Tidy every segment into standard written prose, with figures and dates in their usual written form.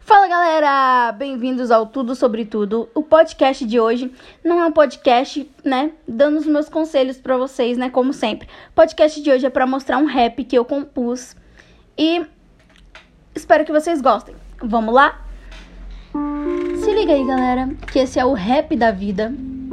Fala galera, bem-vindos ao Tudo Sobre Tudo. O podcast de hoje não é um podcast, dando os meus conselhos pra vocês, como sempre. O podcast de hoje é pra mostrar um rap que eu compus e espero que vocês gostem. Vamos lá? Se liga aí galera, que esse é o rap da vida.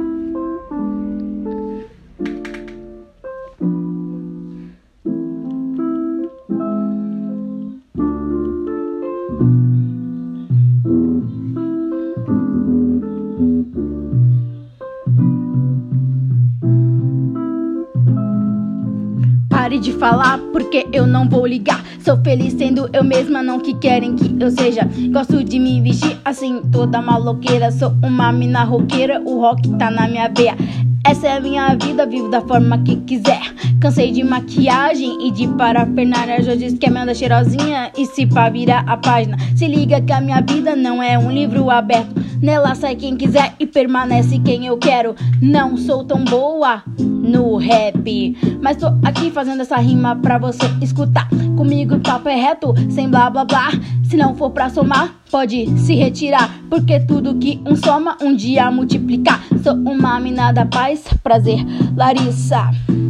Pare de falar, porque eu não vou ligar. Sou feliz sendo eu mesma, não que querem que eu seja. Gosto de me vestir assim, toda maloqueira. Sou uma mina roqueira, o rock tá na minha veia. Essa é a minha vida, vivo da forma que quiser. Cansei de maquiagem e de parafernália. Já disse que é minha cheirosinha e se pá virar a página. Se liga que a minha vida não é um livro aberto. Nela sai quem quiser e permanece quem eu quero. Não sou tão boa no rap, mas tô aqui fazendo essa rima pra você escutar. Comigo o papo é reto, sem blá blá blá. Se não for pra somar, pode se retirar, porque tudo que um soma, um dia multiplicar. Sou uma mina da paz, prazer, Larissa.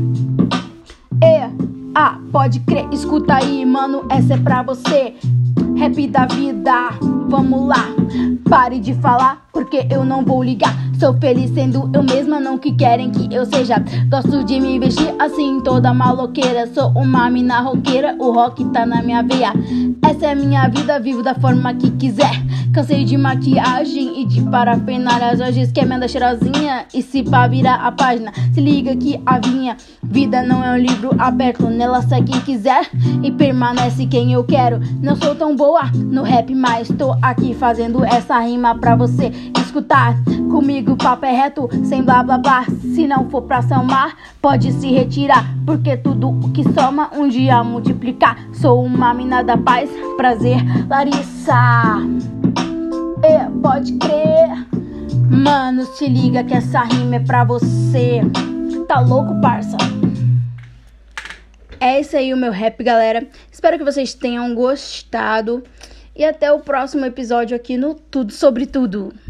Pode crer, escuta aí, mano, essa é pra você. Rap da vida, vamos lá. Pare de falar, porque eu não vou ligar. Sou feliz sendo eu mesma, não que querem que eu seja. Gosto de me vestir assim, toda maloqueira. Sou uma mina roqueira, o rock tá na minha veia. Essa é a minha vida, vivo da forma que quiser. Cansei de maquiagem e de parafernália. Já diz que é minha cheirosinha e se pá virar a página. Se liga que a minha vida não é um livro aberto. Nela sai quem quiser e permanece quem eu quero. Não sou tão boa no rap, mas tô aqui fazendo essa rima pra você escutar. Comigo o papo é reto, sem blá blá blá. Se não for pra somar, pode se retirar, porque tudo o que soma, um dia multiplicar. Sou uma mina da paz, prazer, Larissa. Pode crer. Mano, se liga que essa rima é pra você. Tá louco, parça? É esse aí o meu rap, galera. Espero que vocês tenham gostado. E até o próximo episódio aqui no Tudo Sobre Tudo.